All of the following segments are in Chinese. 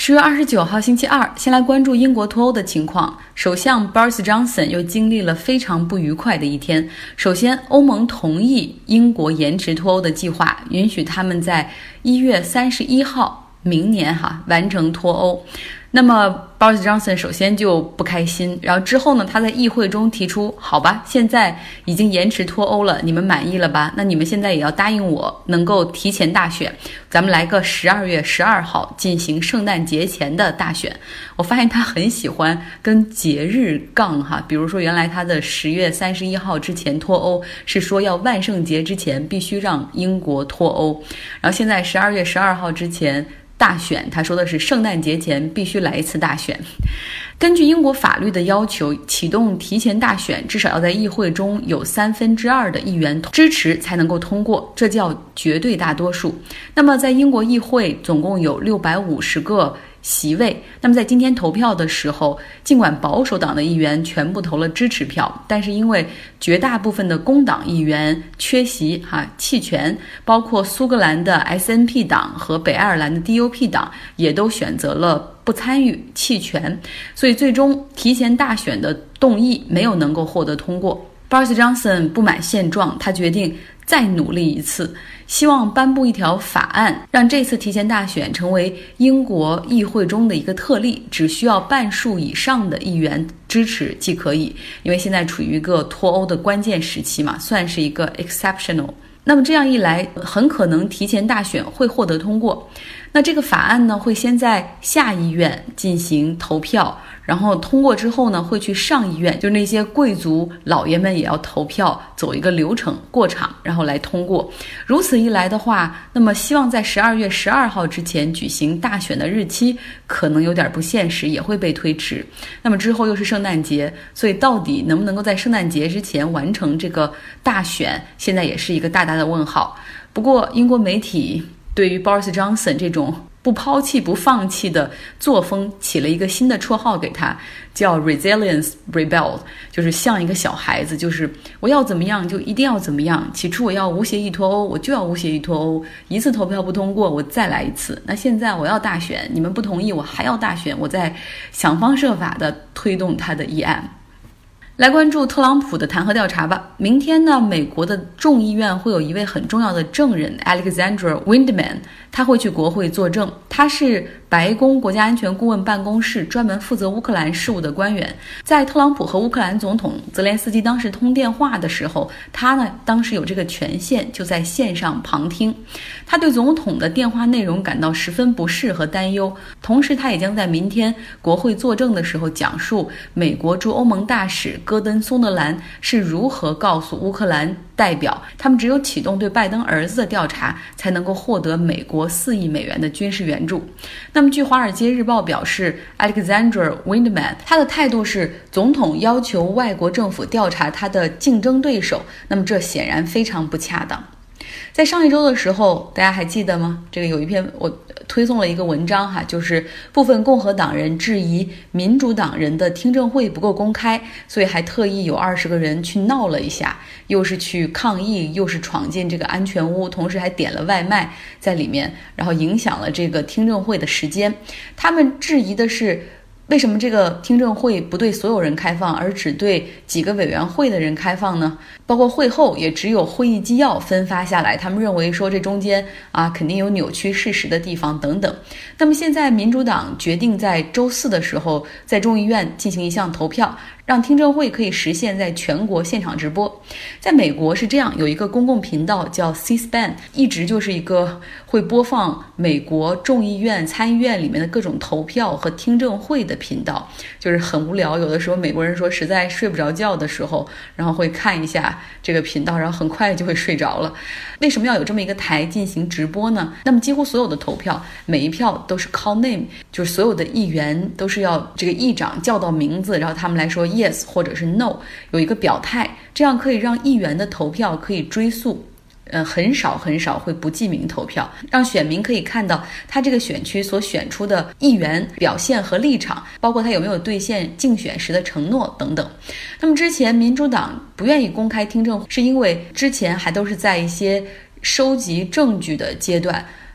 10月29号星期二，先来关注英国脱欧的情况。首相 Boris Johnson 又经历了非常不愉快的一天。首先，欧盟同意英国延迟脱欧的计划，允许他们在1月31号明年完成脱欧。那么 Boris Johnson 首先就不开心，然后之后呢，他在议会中提出，好吧，现在已经延迟脱欧了，你们满意了吧？那你们现在也要答应我能够提前大选，咱们来个12月12号进行圣诞节前的大选。我发现他很喜欢跟节日杠比如说原来他的10月31号之前脱欧是说要万圣节之前必须让英国脱欧，然后现在12月12号之前大选，他说的是圣诞节前必须来一次大选。根据英国法律的要求，启动提前大选至少要在议会中有2/3的议员支持才能够通过，这叫绝对大多数。那么在英国议会总共有650个席位，那么在今天投票的时候，尽管保守党的议员全部投了支持票，但是因为绝大部分的工党议员缺席弃权，包括苏格兰的 SNP 党和北爱尔兰的 DUP 党也都选择了不参与弃权，所以最终提前大选的动议没有能够获得通过。Boris Johnson 不满现状，他决定再努力一次，希望颁布一条法案，让这次提前大选成为英国议会中的一个特例，只需要半数以上的议员支持即可以，因为现在处于一个脱欧的关键时期嘛，算是一个 exceptional。那么这样一来，很可能提前大选会获得通过。那这个法案呢，会先在下议院进行投票，然后通过之后呢，会去上议院，就那些贵族老爷们也要投票，走一个流程过场，然后来通过。如此一来的话，那么希望在12月12号之前举行大选的日期可能有点不现实，也会被推迟。那么之后又是圣诞节，所以到底能不能够在圣诞节之前完成这个大选，现在也是一个大大的问号。不过英国媒体对于 Boris Johnson 这种不抛弃不放弃的作风起了一个新的绰号给他，叫 Resilience Rebel， 就是像一个小孩子，就是我要怎么样就一定要怎么样。起初我要无协议脱欧，我就要无协议脱欧，一次投票不通过我再来一次。那现在我要大选，你们不同意我还要大选，我在想方设法的推动他的议案。来关注特朗普的弹劾调查吧。明天呢，美国的众议院会有一位很重要的证人 Alexandra Windman， 他会去国会作证。他是白宫国家安全顾问办公室专门负责乌克兰事务的官员。在特朗普和乌克兰总统泽连斯基当时通电话的时候，他呢当时有这个权限，就在线上旁听。他对总统的电话内容感到十分不适和担忧，同时他也将在明天国会作证的时候讲述美国驻欧盟大使戈登·松德兰是如何告诉乌克兰代表，他们只有启动对拜登儿子的调查，才能够获得美国4亿美元的军事援助。那么据《华尔街日报》表示 Alexandra Windman 他的态度是，总统要求外国政府调查他的竞争对手，那么这显然非常不恰当。在上一周的时候，大家还记得吗？这个有一篇我推送了一个文章就是部分共和党人质疑民主党人的听证会不够公开，所以还特意有20个人去闹了一下，又是去抗议，又是闯进这个安全屋，同时还点了外卖在里面，然后影响了这个听证会的时间。他们质疑的是，为什么这个听证会不对所有人开放，而只对几个委员会的人开放呢？包括会后也只有会议纪要分发下来，他们认为说这中间肯定有扭曲事实的地方等等。那么现在民主党决定在周4的时候在众议院进行一项投票，让听证会可以实现在全国现场直播。在美国是这样，有一个公共频道叫 C-SPAN， 一直就是一个会播放美国众议院参议院里面的各种投票和听证会的频道，就是很无聊，有的时候美国人说实在睡不着觉的时候，然后会看一下这个频道，然后很快就会睡着了。为什么要有这么一个台进行直播呢？那么几乎所有的投票，每一票都是 call name， 就是所有的议员都是要这个议长叫到名字，然后他们来说 yes 或者是 no， 有一个表态，这样可以让议员的投票可以追溯。很少会不记名投票，让选民可以看到他这个选区所选出的议员表现和立场，包括他有没有兑现竞选时的承诺等等。那么之前民主党不愿意公开听证，是因为之前还都是在一些收集证据的阶段，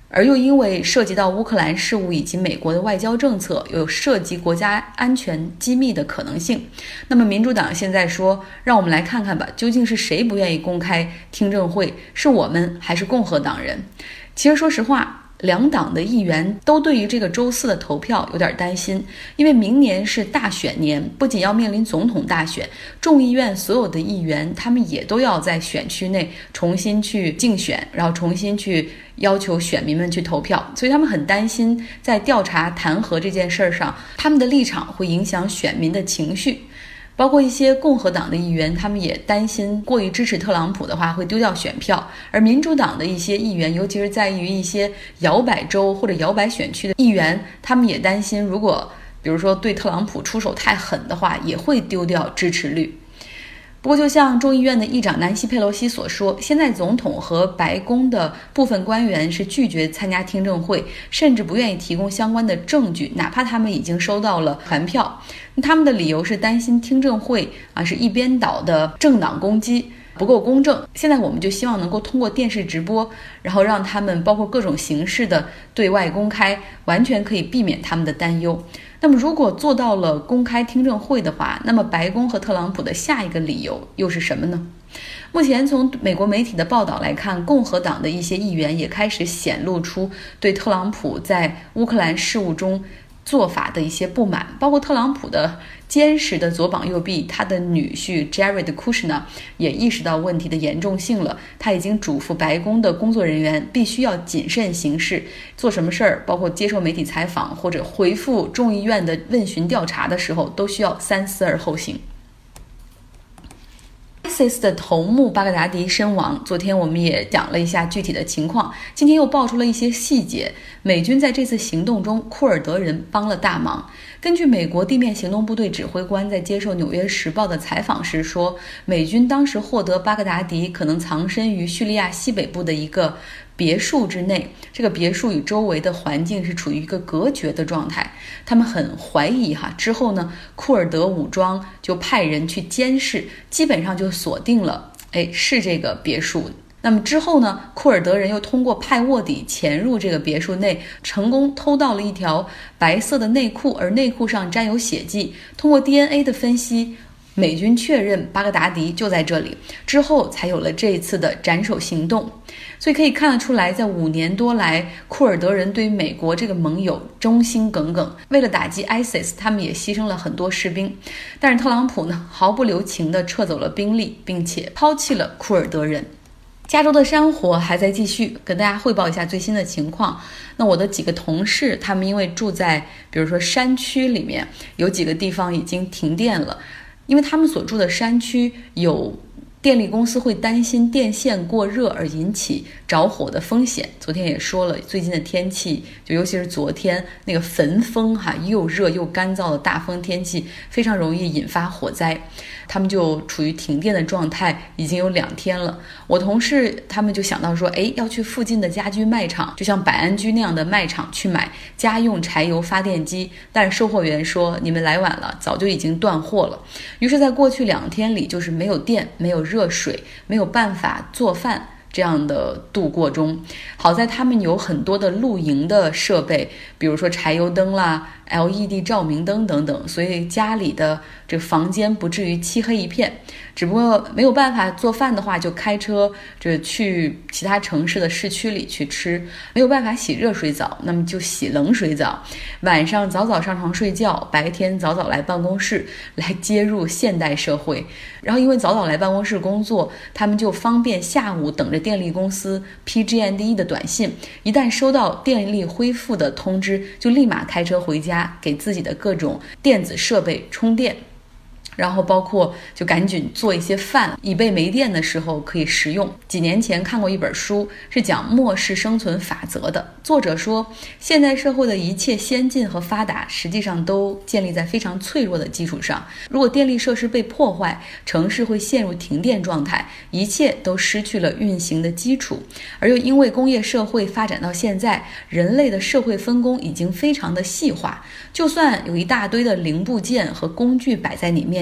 而又因为涉及到乌克兰事务以及美国的外交政策，有涉及国家安全机密的可能性。那么民主党现在说，让我们来看看吧，究竟是谁不愿意公开听证会，是我们还是共和党人？其实说实话，两党的议员都对于这个周四的投票有点担心，因为明年是大选年，不仅要面临总统大选，众议院所有的议员他们也都要在选区内重新去竞选，然后重新去要求选民们去投票，所以他们很担心在调查弹劾这件事上，他们的立场会影响选民的情绪。包括一些共和党的议员，他们也担心过于支持特朗普的话会丢掉选票，而民主党的一些议员，尤其是在于一些摇摆州或者摇摆选区的议员，他们也担心如果比如说对特朗普出手太狠的话，也会丢掉支持率。不过就像众议院的议长南希·佩洛西所说，现在总统和白宫的部分官员是拒绝参加听证会，甚至不愿意提供相关的证据，哪怕他们已经收到了传票。他们的理由是担心听证会是一边倒的政党攻击，不够公正。现在我们就希望能够通过电视直播，然后让他们包括各种形式的对外公开，完全可以避免他们的担忧。那么如果做到了公开听证会的话，那么白宫和特朗普的下一个理由又是什么呢？目前从美国媒体的报道来看，共和党的一些议员也开始显露出对特朗普在乌克兰事务中做法的一些不满，包括特朗普的坚实的左膀右臂，他的女婿 Jared Kushner 也意识到问题的严重性了，他已经嘱咐白宫的工作人员必须要谨慎行事，做什么事儿，包括接受媒体采访或者回复众议院的问询调查的时候，都需要三思而后行。ISIS 的头目巴格达迪身亡，昨天我们也讲了一下具体的情况，今天又爆出了一些细节。美军在这次行动中，库尔德人帮了大忙。根据美国地面行动部队指挥官在接受《纽约时报》的采访时说，美军当时获得巴格达迪可能藏身于叙利亚西北部的一个别墅之内，这个别墅与周围的环境是处于一个隔绝的状态。他们很怀疑之后呢，库尔德武装就派人去监视，基本上就锁定了是这个别墅。那么之后呢，库尔德人又通过派卧底潜入这个别墅内，成功偷到了一条白色的内裤，而内裤上沾有血迹。通过 DNA 的分析，美军确认巴格达迪就在这里，之后才有了这一次的斩首行动。所以可以看得出来，在5年多来，库尔德人对于美国这个盟友忠心耿耿，为了打击 ISIS， 他们也牺牲了很多士兵。但是特朗普呢，毫不留情地撤走了兵力，并且抛弃了库尔德人。加州的山火还在继续，跟大家汇报一下最新的情况。那我的几个同事，他们因为住在比如说山区里面，有几个地方已经停电了，因为他们所住的山区有电力公司会担心电线过热而引起着火的风险。昨天也说了，最近的天气，就尤其是昨天那个焚风又热又干燥的大风天气，非常容易引发火灾。他们就处于停电的状态，已经有2天了。我同事他们就想到说，要去附近的家居卖场，就像百安居那样的卖场去买家用柴油发电机，但是售货员说你们来晚了，早就已经断货了。于是在过去2天里，就是没有电，没有热水，没有办法做饭，这样的度过中。好在他们有很多的露营的设备，比如说柴油灯啦、LED 照明灯等等，所以家里的这个房间不至于漆黑一片。只不过没有办法做饭的话，就开车去其他城市的市区里去吃。没有办法洗热水澡，那么就洗冷水澡。晚上早早上床睡觉，白天早早来办公室，来接入现代社会。然后因为早早来办公室工作，他们就方便下午等着电力公司 PG&E 的短信，一旦收到电力恢复的通知，就立马开车回家，给自己的各种电子设备充电。然后包括就赶紧做一些饭，以备没电的时候可以食用。几年前看过一本书，是讲末世生存法则的。作者说，现代社会的一切先进和发达，实际上都建立在非常脆弱的基础上。如果电力设施被破坏，城市会陷入停电状态，一切都失去了运行的基础。而又因为工业社会发展到现在，人类的社会分工已经非常的细化，就算有一大堆的零部件和工具摆在你面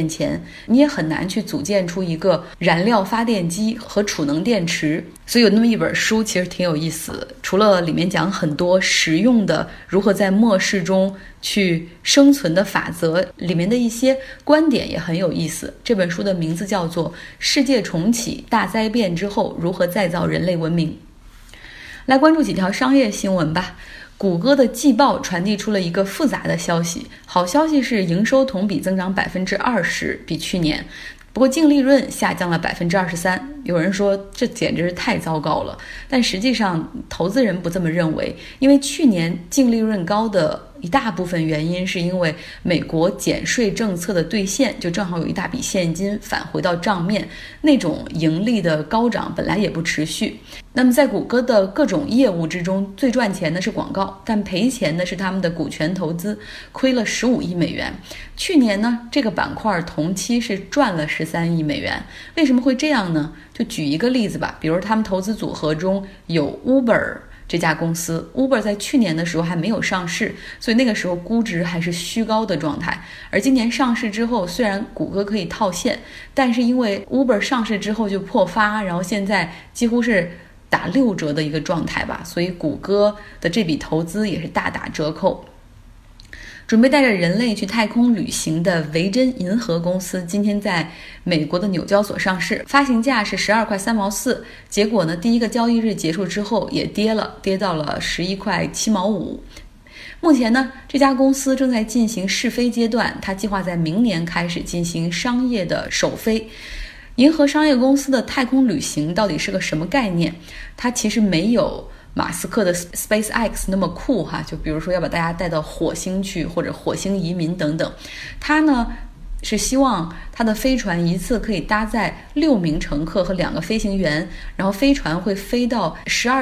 面前，你也很难去组建出一个燃料发电机和储能电池。所以有那么一本书其实挺有意思的，除了里面讲很多实用的如何在末世中去生存的法则，里面的一些观点也很有意思。这本书的名字叫做《世界重启：大灾变之后如何再造人类文明》。来关注几条商业新闻吧。谷歌的季报传递出了一个复杂的消息，好消息是营收同比增长20%，比去年。不过净利润下降了23%，有人说这简直是太糟糕了，但实际上投资人不这么认为，因为去年净利润高的一大部分原因是因为美国减税政策的兑现，就正好有一大笔现金返回到账面，那种盈利的高涨本来也不持续。那么在谷歌的各种业务之中，最赚钱的是广告，但赔钱的是他们的股权投资，亏了15亿美元。去年呢，这个板块同期是赚了13亿美元。为什么会这样呢？就举一个例子吧，比如他们投资组合中有 Uber这家公司， Uber 在去年的时候还没有上市，所以那个时候估值还是虚高的状态。而今年上市之后，虽然谷歌可以套现，但是因为 Uber 上市之后就破发，然后现在几乎是打6折的一个状态吧，所以谷歌的这笔投资也是大打折扣。准备带着人类去太空旅行的维珍银河公司今天在美国的纽交所上市，发行价是12块3毛4，结果呢，第一个交易日结束之后也跌到了11块7毛5。目前呢，这家公司正在进行试飞阶段，它计划在明年开始进行商业的首飞。银河商业公司的太空旅行到底是个什么概念？它其实没有马斯克的 SpaceX 那么酷哈，就比如说要把大家带到火星去，或者火星移民等等。他呢是希望他的飞船一次可以搭载6名乘客和2个飞行员，然后飞船会飞到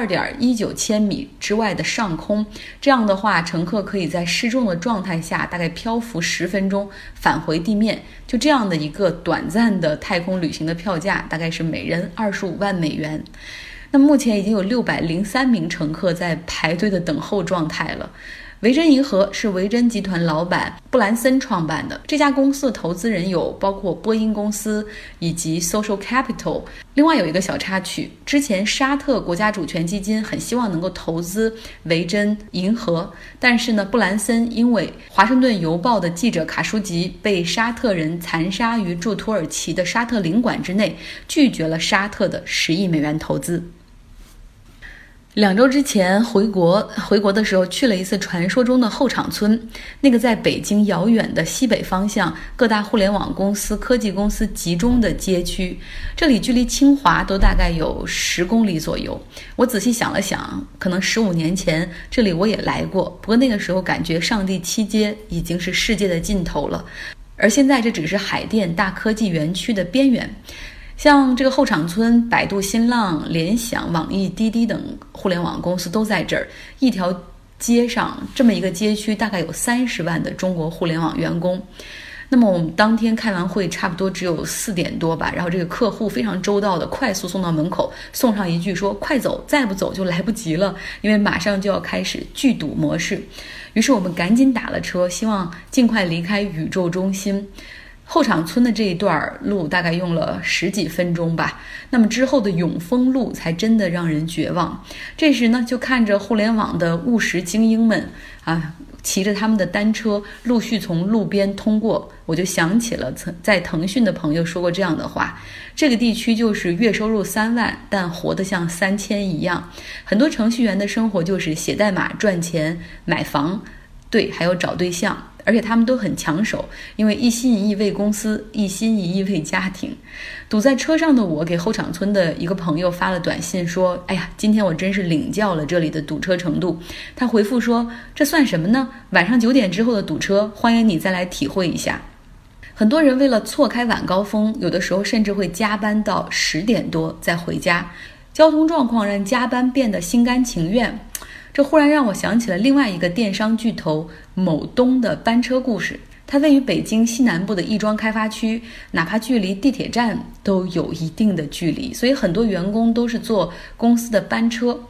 12.19千米之外的上空，这样的话乘客可以在失重的状态下大概漂浮10分钟返回地面。就这样的一个短暂的太空旅行的票价大概是每人25万美元。那目前已经有603名乘客在排队的等候状态了。维珍银河是维珍集团老板布兰森创办的，这家公司的投资人有包括波音公司以及 Social Capital。 另外有一个小插曲，之前沙特国家主权基金很希望能够投资维珍银河，但是呢，布兰森因为华盛顿邮报的记者卡舒吉被沙特人残杀于驻土耳其的沙特领馆之内，拒绝了沙特的10亿美元投资。2周之前回国的时候去了一次传说中的后场村，那个在北京遥远的西北方向各大互联网公司、科技公司集中的街区，这里距离清华都大概有10公里左右。我仔细想了想，可能15年前这里我也来过，不过那个时候感觉上地七街已经是世界的尽头了，而现在这只是海淀大科技园区的边缘。像这个后场村，百度、新浪、联想、网易、滴滴等互联网公司都在这儿。一条街上这么一个街区，大概有30万的中国互联网员工。那么我们当天开完会差不多只有4点多吧，然后这个客户非常周到的快速送到门口，送上一句说快走，再不走就来不及了，因为马上就要开始拒堵模式。于是我们赶紧打了车，希望尽快离开宇宙中心。后场村的这一段路大概用了10几分钟吧，那么之后的永丰路才真的让人绝望。这时呢，就看着互联网的务实精英们骑着他们的单车陆续从路边通过，我就想起了在腾讯的朋友说过这样的话，这个地区就是月收入3万但活得像3000一样。很多程序员的生活就是写代码赚钱、买房，对，还有找对象，而且他们都很抢手，因为一心一意为公司，一心一意为家庭。堵在车上的我给后场村的一个朋友发了短信说，哎呀，今天我真是领教了这里的堵车程度。他回复说，这算什么呢？晚上9点之后的堵车，欢迎你再来体会一下。很多人为了错开晚高峰，有的时候甚至会加班到10点多再回家。交通状况让加班变得心甘情愿，这忽然让我想起了另外一个电商巨头某东的班车故事。它位于北京西南部的亦庄开发区，哪怕距离地铁站都有一定的距离，所以很多员工都是坐公司的班车。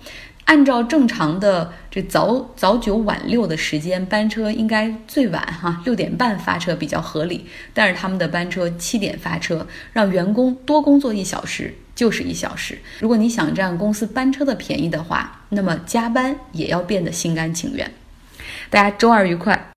按照正常的这早九晚六的时间，班车应该最晚6点半发车比较合理，但是他们的班车7点发车，让员工多工作1小时就是1小时。如果你想占公司班车的便宜的话，那么加班也要变得心甘情愿。大家周二愉快。